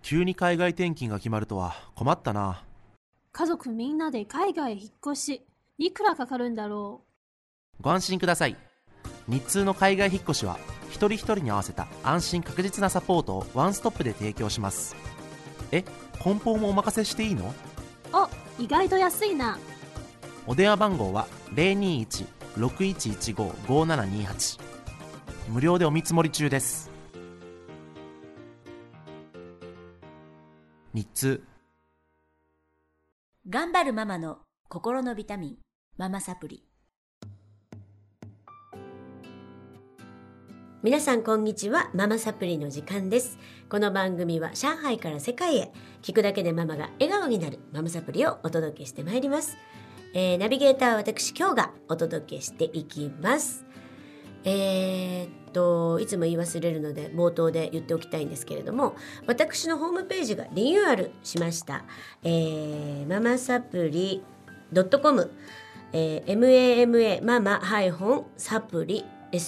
急に海外転勤が決まるとは困ったな。 家族みんなで海外へ引っ越し、いくらかかるんだろご安心ください。日通の海外引っ越しは一人一人に合わせた安心確実なサポートをワンストップで提供します。梱包もお任せしていいの？ う。意外と安いな。 お電話番号は 021-6115-5728。 無料でお見積もり中です。日通。 頑張るママの心のビタミン、ママサプリ。 皆さんこんにちは。ママサプリの時間です。この番組は上海から世界へ、聞くだけでママが笑顔になるママサプリをお届けしてまいります。ナビゲーターは私今日がお届けしていきます。いつも言い忘れるので冒頭で言っておきたいんですけれども、私のホームページがリニューアルしました。ママサプリ .com、mama ママサプリ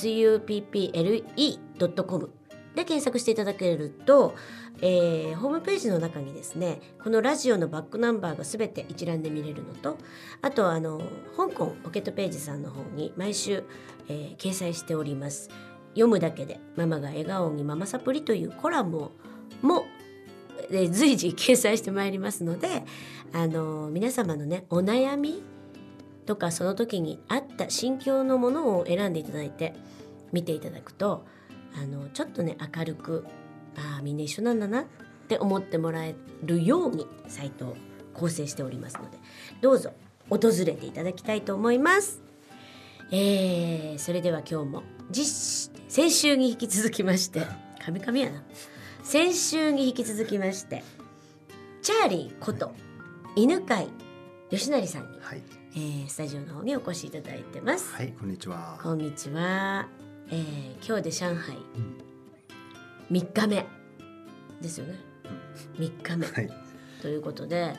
supple.com で検索していただけると、ホームページの中にですね、このラジオのバックナンバーがすべて一覧で見れるのと、あと香港ポケットページさんの方に毎週、掲載しております。読むだけでママが笑顔にママサプリというコラムも、随時掲載してまいりますので、皆様のねお悩みとかその時にあった心境のものを選んでいただいて見ていただくと、ちょっとね明るくみんな一緒なんだなって思ってもらえるようにサイトを構成しておりますので、どうぞ訪れていただきたいと思います。それでは今日も先週に引き続きまして神々やな先週に引き続きましてチャーリーこと犬飼義成さんに、 はい、 スタジオの方にお越しいただいてます。 はい、こんにちは。 こんにちは。今日で上海3日目ですよね。3日目、 はい、 ということで、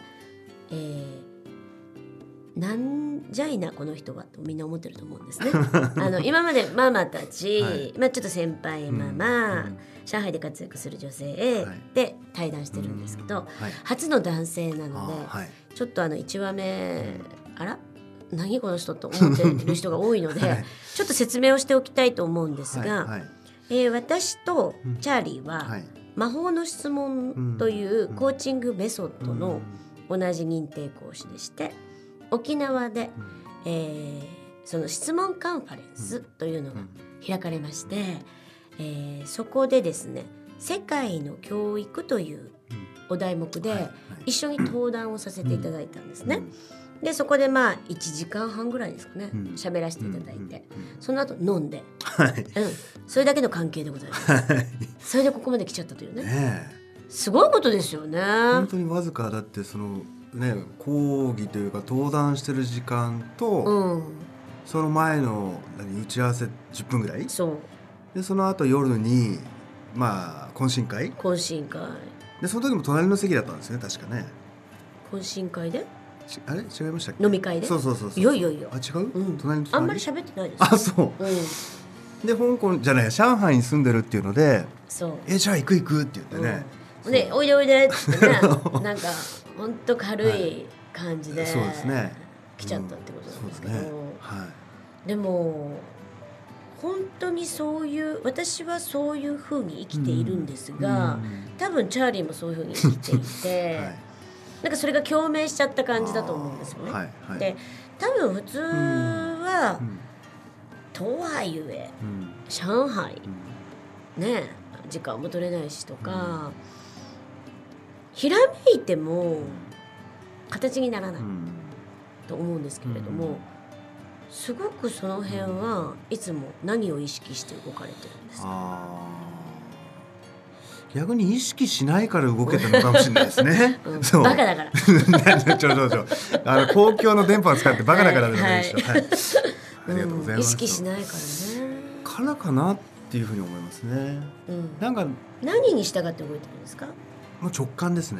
なんじゃいなこの人はとみんな思ってると思うんですね。今までママたち、はい、ちょっと先輩ママ、上海で活躍する女性で対談してるんですけど、初の男性なので、ちょっと1話目、あら何この人と思っている人が多いので、ちょっと説明をしておきたいと思うんですが、私とチャーリーは、魔法の質問というコーチングメソッドの同じ認定講師でして、沖縄で、その質問カンファレンスというのが開かれまして、そこでですね、世界の教育というお題目で一緒に登壇をさせていただいたんですね。でそこで1時間半ぐらいですかね、喋らせていただいて、その後飲んで、それだけの関係でございます。それでここまで来ちゃったというね、すごいことですよね。 本当にわずかだってそのね、講義というか登壇してる時間と、その前の打ち合わせ10分ぐらい、でその後夜に懇親会で、その時も隣の席だったんですね、確かね。 懇親会であれ違いましたっけ？ 飲み会で。 そういやいやいや、 違う、隣のあんまり喋ってないです。 そう、で香港じゃない上海に住んでるっていうので、じゃあ行くって言ってね、 でおいでおいでってねなんかほんと軽い感じで、 そうですね、 来ちゃったってことなんですけど、 でも本当にそういう、私はそういう風に生きているんですが、多分チャーリーもそういう風に生きていて、なんかそれが共鳴しちゃった感じだと思うんですよね。で多分普通は、とはいえ、上海、ね、時間も取れないしとか、ひらめいても形にならないと思うんですけれども、すごくその辺はいつも何を意識して動かれてるんですか？ 逆に意識しないから動けたのかもしれないですね。 バカだから公共の電波を使ってバカだからでもないでしょ。ありがとうございます。 意識しないからね。 からかなっていうふうに思いますね。なんか何に従って動いてるんですか？ もう直感ですね。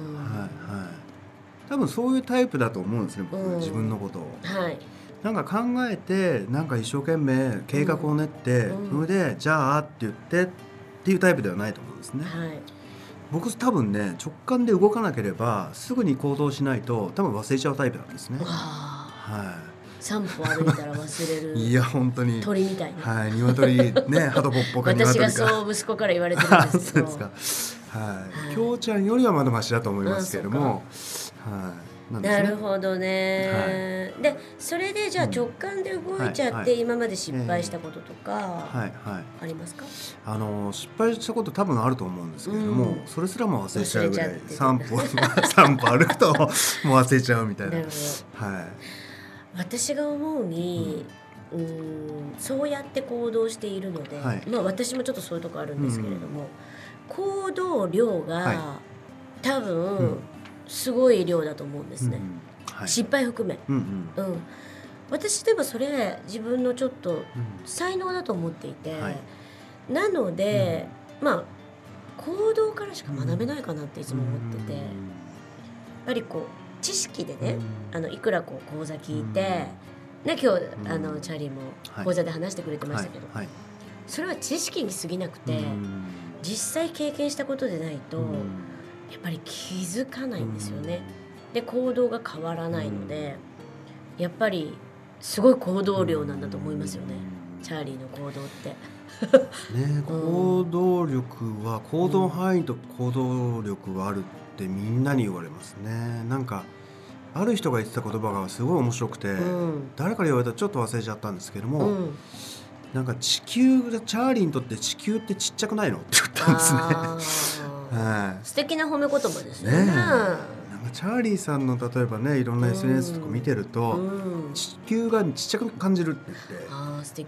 多分そういうタイプだと思うんですね、僕、自分のことを。なんか考えて、なんか一生懸命計画を練って、それでじゃあって言ってっていうタイプではないと思うんですね。 僕多分ね直感で動かなければすぐに行動しないと多分忘れちゃうタイプなんですね。 はい、3歩歩いたら忘れるいや本当に鳥みたいな、 はい、鶏ねハトポッポか鶏か私がそう息子から言われてるんですけどそうですか、はい、きょうちゃんよりはまだマシだと思いますけれども、はい、 なるほどね、はい、でそれでじゃあ直感で動いちゃって今まで失敗したこととかありますか？ 失敗したこと多分あると思うんですけれども、それすらも忘れちゃうぐらい3歩歩くともう忘れちゃうみたいな。はい、 私が思うに、そうやって行動しているので、まあ、私もちょっとそういうとこあるんですけれども、行動量が多分、すごい量だと思うんですね、失敗含め、私でもそれ自分のちょっと才能だと思っていて、なので、まあ行動からしか学べないかなっていつも思ってて、やっぱりこう知識でね、いくらこう講座聞いて、ね、今日チャーリーも講座で話してくれてましたけど、それは知識に過ぎなくて、実際経験したことでないとやっぱり気づかないんですよね。で行動が変わらないので、やっぱりすごい行動量なんだと思いますよね、チャーリーの行動ってね、行動力は行動範囲と行動力があるってみんなに言われますね。なんかある人が言ってた言葉がすごい面白くて、誰から言われたらちょっと忘れちゃったんですけども、なんかチャーリーにとって地球ってちっちゃくないのって言ったんですね。 素敵な褒め言葉ですよね。 なんかチャーリーさんの例えばねいろんな SNS とか見てると、地球がちっちゃく感じるって言って、 素敵。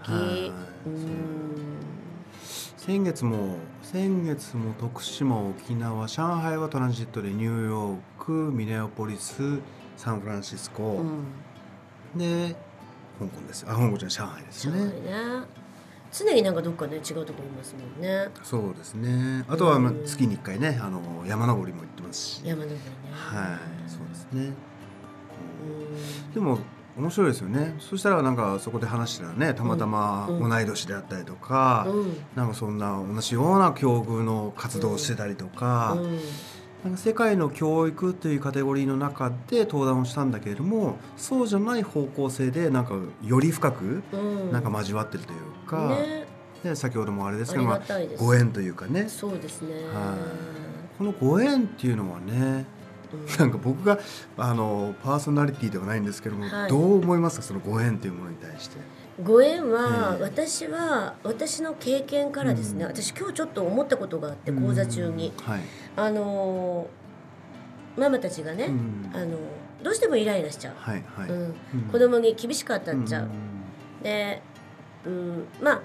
先月も徳島、沖縄、上海はトランジットでニューヨーク、ミネアポリス、サンフランシスコ、で香港です。香港じゃ上海ですね。 常になんかどっかね違うところいますもんね。 そうですね。あとは月に1回ね山登りも行ってますし。 山登りね。 はい、そうですね。でも面白いですよね。そしたらなんかそこで話したらね、たまたま同い年であったりとか、なんかそんな同じような境遇の活動をしてたりとか、なんか世界の教育というカテゴリーの中で登壇をしたんだけれども、そうじゃない方向性でなんかより深くなんか交わってるというか、で先ほどもあれですけど、ご縁というかね。 そうですね。 このご縁っていうのはね、なんか僕がパーソナリティではないんですけども、どう思いますか、そのご縁というものに対して。 ご縁は、私の経験からですね、私今日ちょっと思ったことがあって、講座中に、ママたちがね、どうしてもイライラしちゃう、子供に厳しく当たっちゃう、で、まあ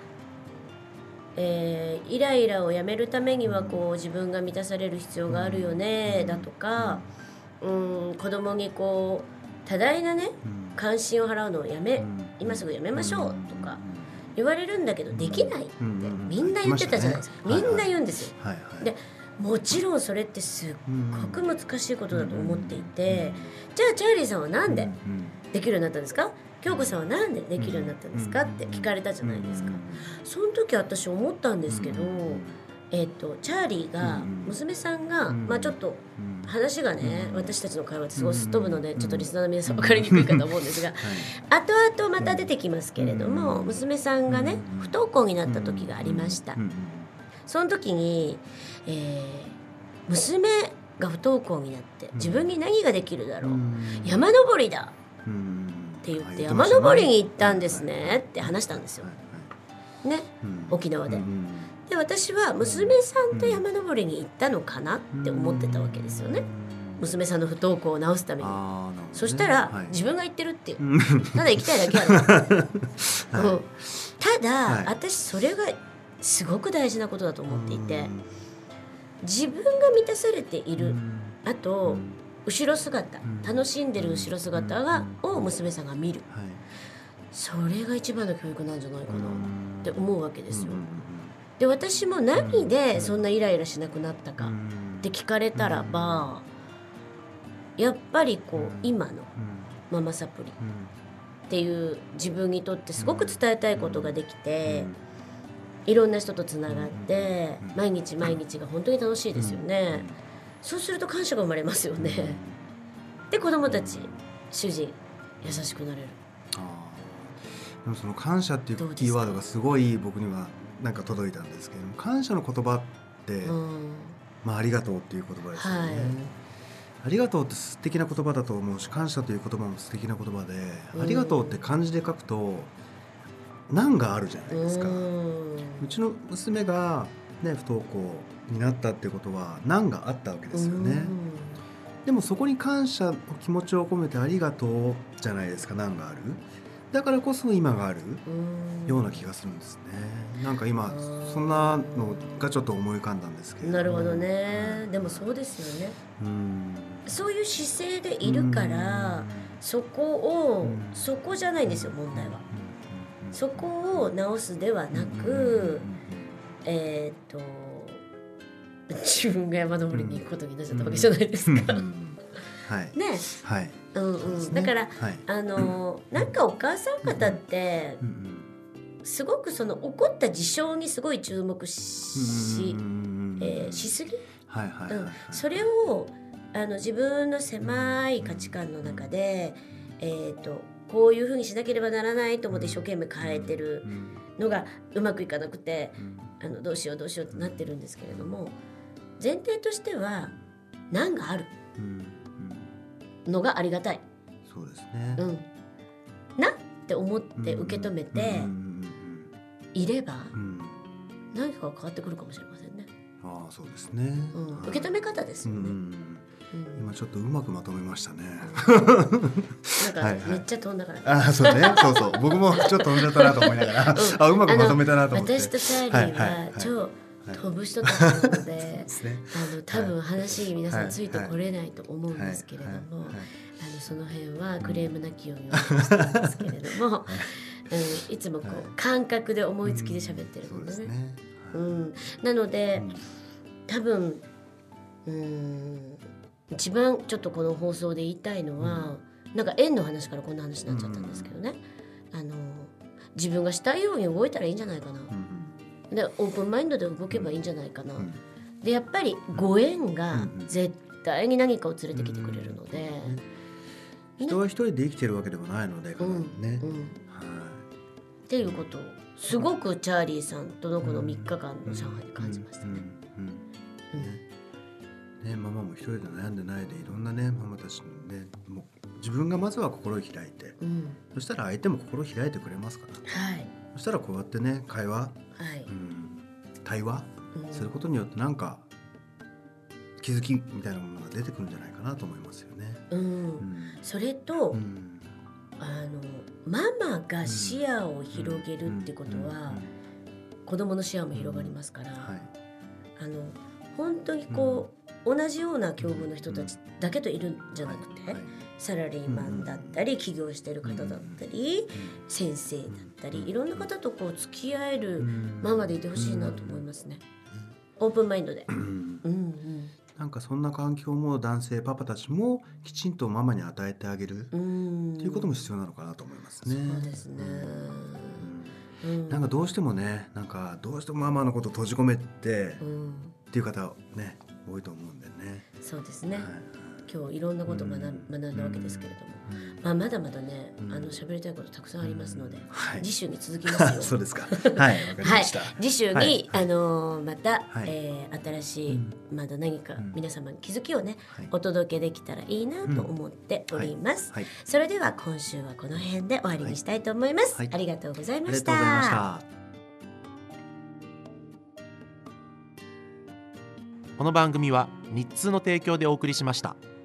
イライラをやめるためにはこう自分が満たされる必要があるよね、だとか、子供にこう多大なね関心を払うのを今すぐやめましょうとか言われるんだけど、できないってみんな言ってたじゃないですか。みんな言うんですよ。でもちろんそれってすっごく難しいことだと思っていて、じゃあチャーリーさんはなんでできるようになったんですか、京子さんはなんでできるようになったんですかって聞かれたじゃないですか。その時私思ったんですけど、チャーリーが娘さんが、まあちょっと話がね、私たちの会話ってすごいすっ飛ぶので、ちょっとリスナーの皆さん分かりにくいかと思うんですが、後々また出てきますけれども、娘さんがね不登校になった時がありました。その時に、娘が不登校になって自分に何ができるだろう、山登りだって言って山登りに行ったんですねって話したんですよね、沖縄で。で私は娘さんと山登りに行ったのかなって思ってたわけですよね、娘さんの不登校を直すために。そしたら、自分が行ってるっていう、ただ行きたいだけやろただ、私それがすごく大事なことだと思っていて、自分が満たされている、あと後ろ姿、楽しんでる後ろ姿を娘さんが見る、それが一番の教育なんじゃないかなって思うわけですよ。で私も何でそんなイライラしなくなったかって聞かれたらば、やっぱりこう今のママサプリっていう自分にとってすごく伝えたいことができて、 いろんな人とつながって、毎日毎日が本当に楽しいですよね。そうすると感謝が生まれますよね。で子供たち、主人優しくなれる。 でもその感謝っていうキーワードがすごい僕にはなんか届いたんですけど、感謝の言葉って、ありがとうっていう言葉ですよね。ありがとうって素敵な言葉だと思うし、感謝という言葉も素敵な言葉で、ありがとうって漢字で書くと難があるじゃないですか。うちの娘が、不登校になったっていうことは難があったわけですよね。でもそこに感謝の気持ちを込めてありがとうじゃないですか。難があるだからこそ今があるような気がするんですね。なんか今そんなのがちょっと思い浮かんだんですけど。 なるほどね。でもそうですよね。そういう姿勢でいるから、そこじゃないんですよ、問題は。そこを直すではなく、自分が山登りに行くことになっちゃったわけじゃないですか。ね、だから、なんかお母さん方って、すごくその起こった事象にすごい注目しすぎ、それを自分の狭い価値観の中で、こういうふうにしなければならないと思って一生懸命変えてるのがうまくいかなくて、どうしようってなってるんですけれども、前提としては難があるのがありがたい。 そうですね。 なって思って受け止めていれば、何かが変わってくるかもしれませんね。 そうですね。 受け止め方ですよね。 今ちょっとうまくまとめましたね。 なんかめっちゃ飛んだから。 そうね。そう僕もちょっと飛んじゃったなと思いながら、うまくまとめたなと思って。 私とチャーリーは超飛ぶ人たちなので、多分話に皆さんついてこれないと思うんですけれども、その辺はクレームなきようにお話してるんですけれども、いつもこう感覚で思いつきで喋ってるのでね。なので多分一番ちょっとこの放送で言いたいのは、なんか縁の話からこんな話になっちゃったんですけどね、自分がしたいように動いたらいいんじゃないかな、でオープンマインドで動けばいいんじゃないかな、でやっぱりご縁が絶対に何かを連れてきてくれるので、 人は一人で生きてるわけでもないので、 っていうことをすごくチャーリーさんとのこの3日間の上海で感じましたね。 ママも一人で悩んでないで、いろんなねママたちね、もう自分がまずは心を開いて、そしたら相手も心を開いてくれますから、そしたらこうやってね会話、対話することによってなんか気づきみたいなものが出てくるんじゃないかなと思いますよね。 それと、ママが視野を広げるってことは、子供の視野も広がりますから、本当にこう、同じような境遇の人たちだけといるんじゃなくて、サラリーマンだったり、起業している方だったり、先生だったり、いろんな方とこう付き合えるママでいてほしいなと思いますね。オープンマインドで。 なんかそんな環境も男性パパたちもきちんとママに与えてあげるっていうことも必要なのかなと思いますね。 そうですね。 なんかどうしてもね、なんかどうしてもママのことを閉じ込めてっていう方ね多いと思うんでね。 そうですね。今日いろんなことを学んだわけですけれども、まだまだね喋りたいことたくさんありますので、次週に続きますよ。 そうですか。はい、わかりました。 次週にまた新しいまだ何か皆様に気づきをねお届けできたらいいなと思っております。それでは今週はこの辺で終わりにしたいと思います。ありがとうございました。 ありがとうございました。 この番組は日通の提供でお送りしました。